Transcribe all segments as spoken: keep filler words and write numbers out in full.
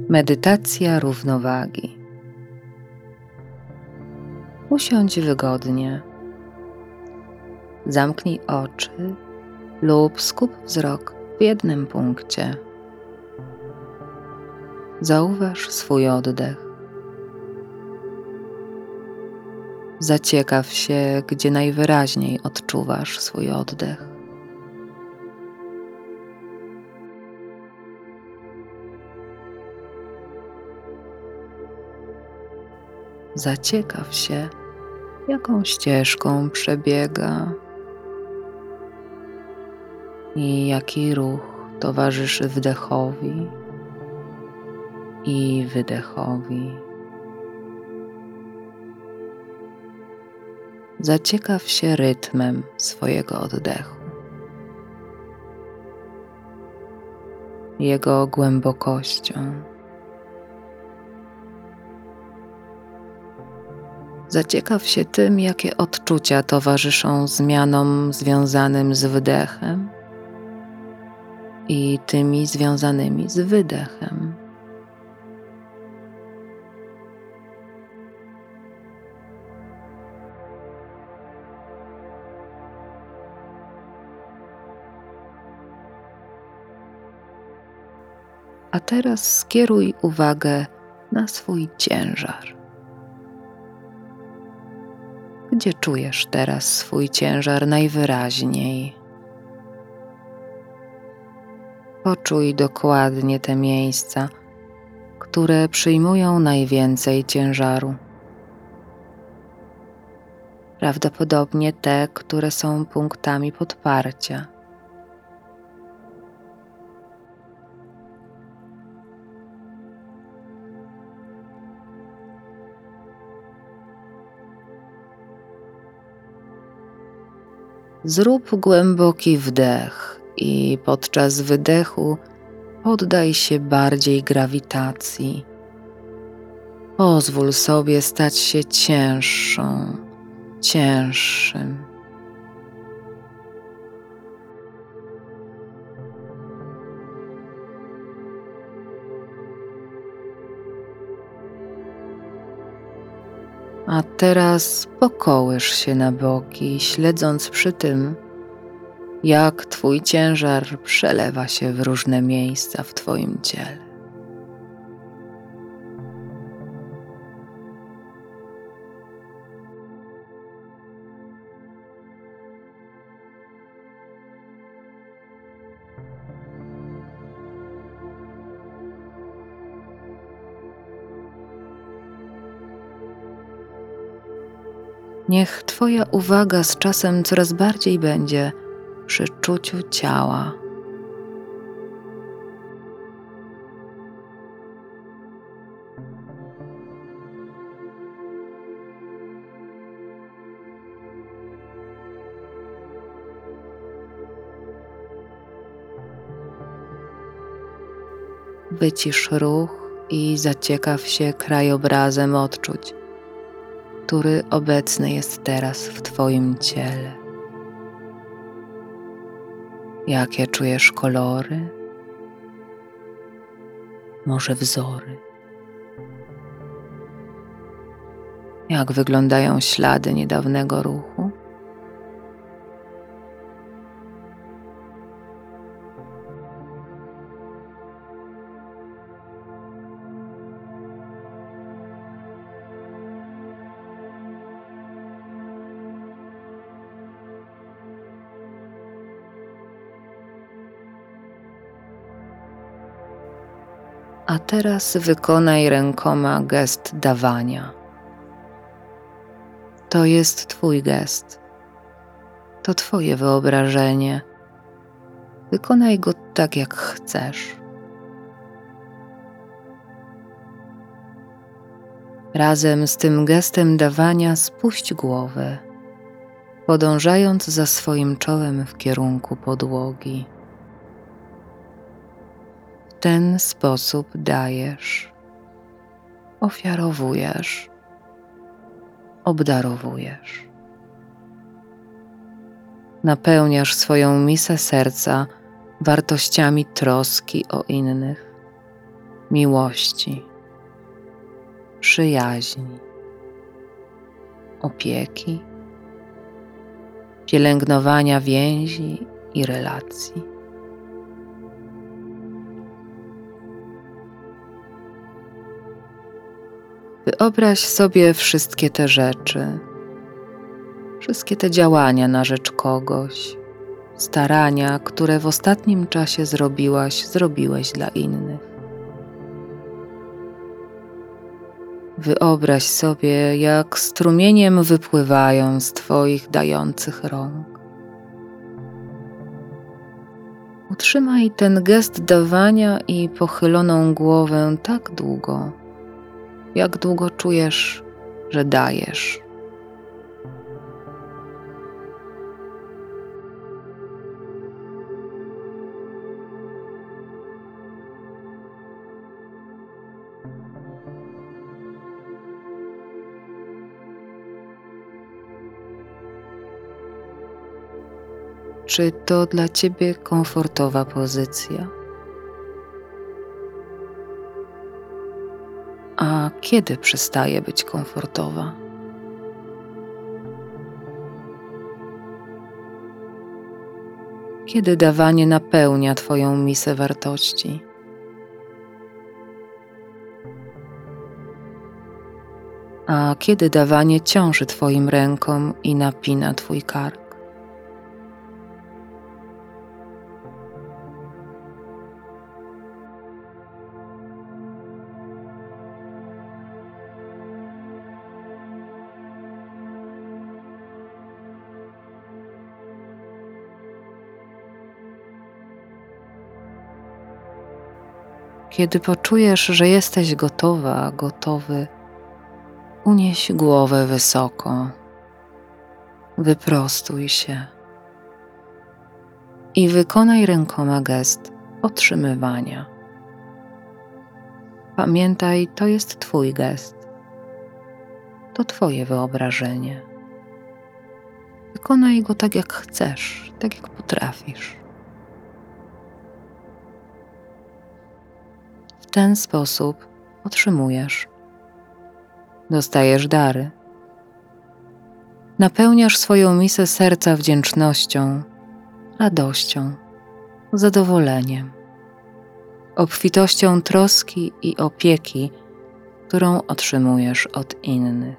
Medytacja równowagi. Usiądź wygodnie. Zamknij oczy lub skup wzrok w jednym punkcie. Zauważ swój oddech. Zaciekaw się, gdzie najwyraźniej odczuwasz swój oddech. Zaciekaw się, jaką ścieżką przebiega i jaki ruch towarzyszy wdechowi i wydechowi. Zaciekaw się rytmem swojego oddechu, jego głębokością. Zaciekaw się tym, jakie odczucia towarzyszą zmianom związanym z wdechem i tymi związanymi z wydechem. A teraz skieruj uwagę na swój ciężar. Gdzie czujesz teraz swój ciężar najwyraźniej? Poczuj dokładnie te miejsca, które przyjmują najwięcej ciężaru. Prawdopodobnie te, które są punktami podparcia. Zrób głęboki wdech i podczas wydechu poddaj się bardziej grawitacji. Pozwól sobie stać się cięższą, cięższym. A teraz pokołysz się na boki, śledząc przy tym, jak Twój ciężar przelewa się w różne miejsca w Twoim ciele. Niech Twoja uwaga z czasem coraz bardziej będzie przy czuciu ciała. Wycisz ruch i zaciekaw się krajobrazem odczuć, który obecny jest teraz w Twoim ciele. Jakie czujesz kolory? Może wzory? Jak wyglądają ślady niedawnego ruchu? A teraz wykonaj rękoma gest dawania. To jest Twój gest. To Twoje wyobrażenie. Wykonaj go tak, jak chcesz. Razem z tym gestem dawania spuść głowę, podążając za swoim czołem w kierunku podłogi. W ten sposób dajesz, ofiarowujesz, obdarowujesz. Napełniasz swoją misę serca wartościami troski o innych, miłości, przyjaźni, opieki, pielęgnowania więzi i relacji. Wyobraź sobie wszystkie te rzeczy, wszystkie te działania na rzecz kogoś, starania, które w ostatnim czasie zrobiłaś, zrobiłeś dla innych. Wyobraź sobie, jak strumieniem wypływają z Twoich dających rąk. Utrzymaj ten gest dawania i pochyloną głowę tak długo, jak długo czujesz, że dajesz. Czy to dla Ciebie komfortowa pozycja? A kiedy przestaje być komfortowa? Kiedy dawanie napełnia Twoją misę wartości? A kiedy dawanie ciąży Twoim rękom i napina Twój kark? Kiedy poczujesz, że jesteś gotowa, gotowy, unieś głowę wysoko, wyprostuj się i wykonaj rękoma gest otrzymywania. Pamiętaj, to jest Twój gest, to Twoje wyobrażenie. Wykonaj go tak, jak chcesz, tak jak potrafisz. W ten sposób otrzymujesz, dostajesz dary, napełniasz swoją misę serca wdzięcznością, radością, zadowoleniem, obfitością troski i opieki, którą otrzymujesz od innych.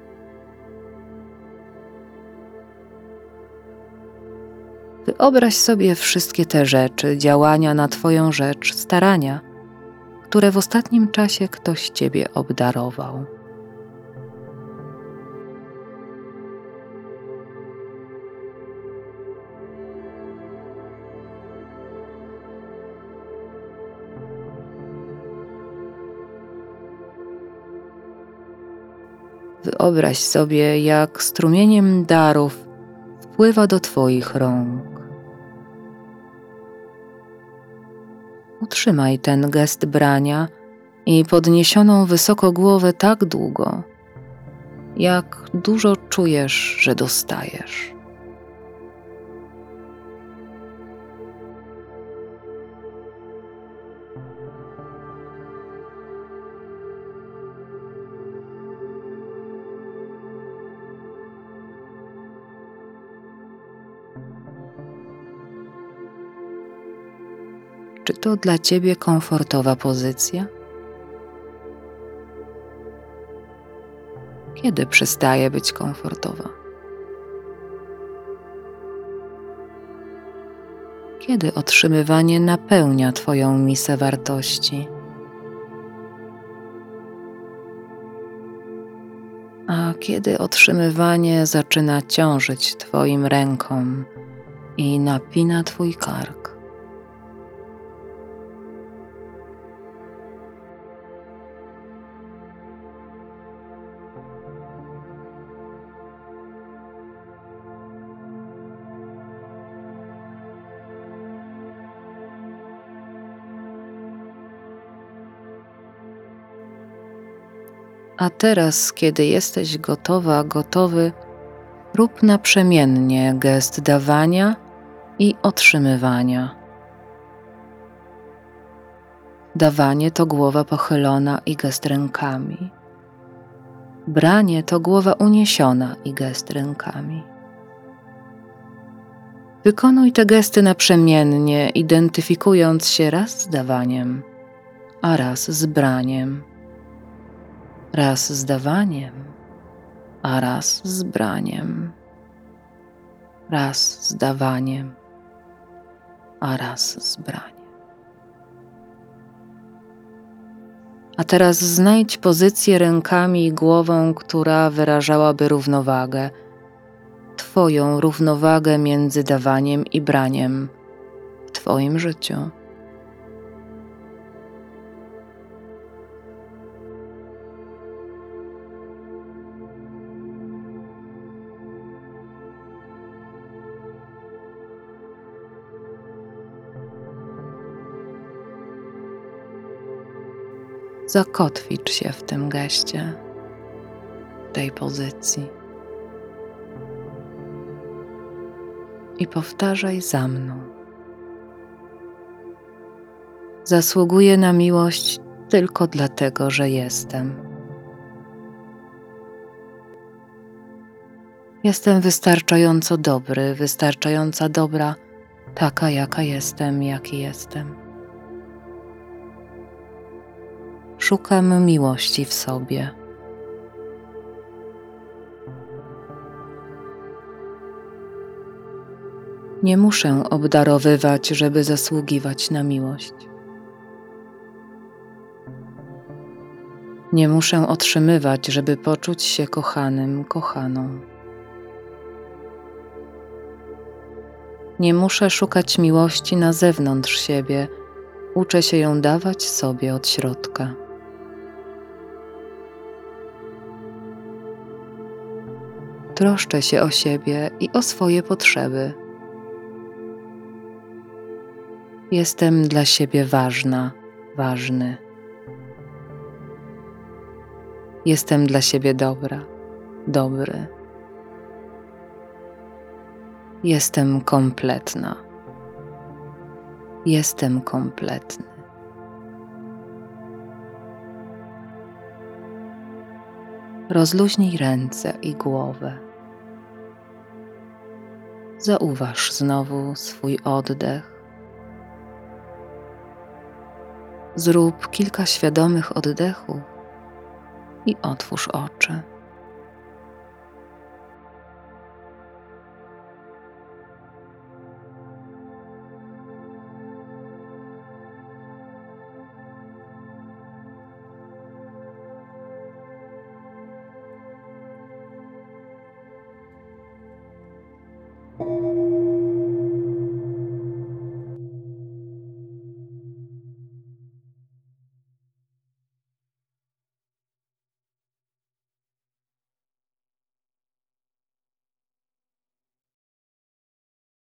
Wyobraź sobie wszystkie te rzeczy, działania na Twoją rzecz, starania, które w ostatnim czasie ktoś Ciebie obdarował. Wyobraź sobie, jak strumieniem darów wpływa do Twoich rąk. Utrzymaj ten gest brania i podniesioną wysoko głowę tak długo, jak dużo czujesz, że dostajesz. Czy to dla Ciebie komfortowa pozycja? Kiedy przestaje być komfortowa? Kiedy otrzymywanie napełnia Twoją misę wartości? A kiedy otrzymywanie zaczyna ciążyć Twoim rękom i napina Twój kark? A teraz, kiedy jesteś gotowa, gotowy, rób naprzemiennie gest dawania i otrzymywania. Dawanie to głowa pochylona i gest rękami. Branie to głowa uniesiona i gest rękami. Wykonuj te gesty naprzemiennie, identyfikując się raz z dawaniem, a raz z braniem. Raz z dawaniem, a raz z braniem. Raz z dawaniem, a raz z braniem. A teraz znajdź pozycję rękami i głową, która wyrażałaby równowagę, Twoją równowagę między dawaniem i braniem w Twoim życiu. Zakotwicz się w tym geście, w tej pozycji i powtarzaj za mną. Zasługuję na miłość tylko dlatego, że jestem. Jestem wystarczająco dobry, wystarczająca dobra, taka jaka jestem, jaki jestem. Szukam miłości w sobie. Nie muszę obdarowywać, żeby zasługiwać na miłość. Nie muszę otrzymywać, żeby poczuć się kochanym, kochaną. Nie muszę szukać miłości na zewnątrz siebie, uczę się ją dawać sobie od środka. Troszczę się o siebie i o swoje potrzeby. Jestem dla siebie ważna, ważny. Jestem dla siebie dobra, dobry. Jestem kompletna. Jestem kompletny. Rozluźnij ręce i głowę. Zauważ znowu swój oddech. Zrób kilka świadomych oddechów i otwórz oczy.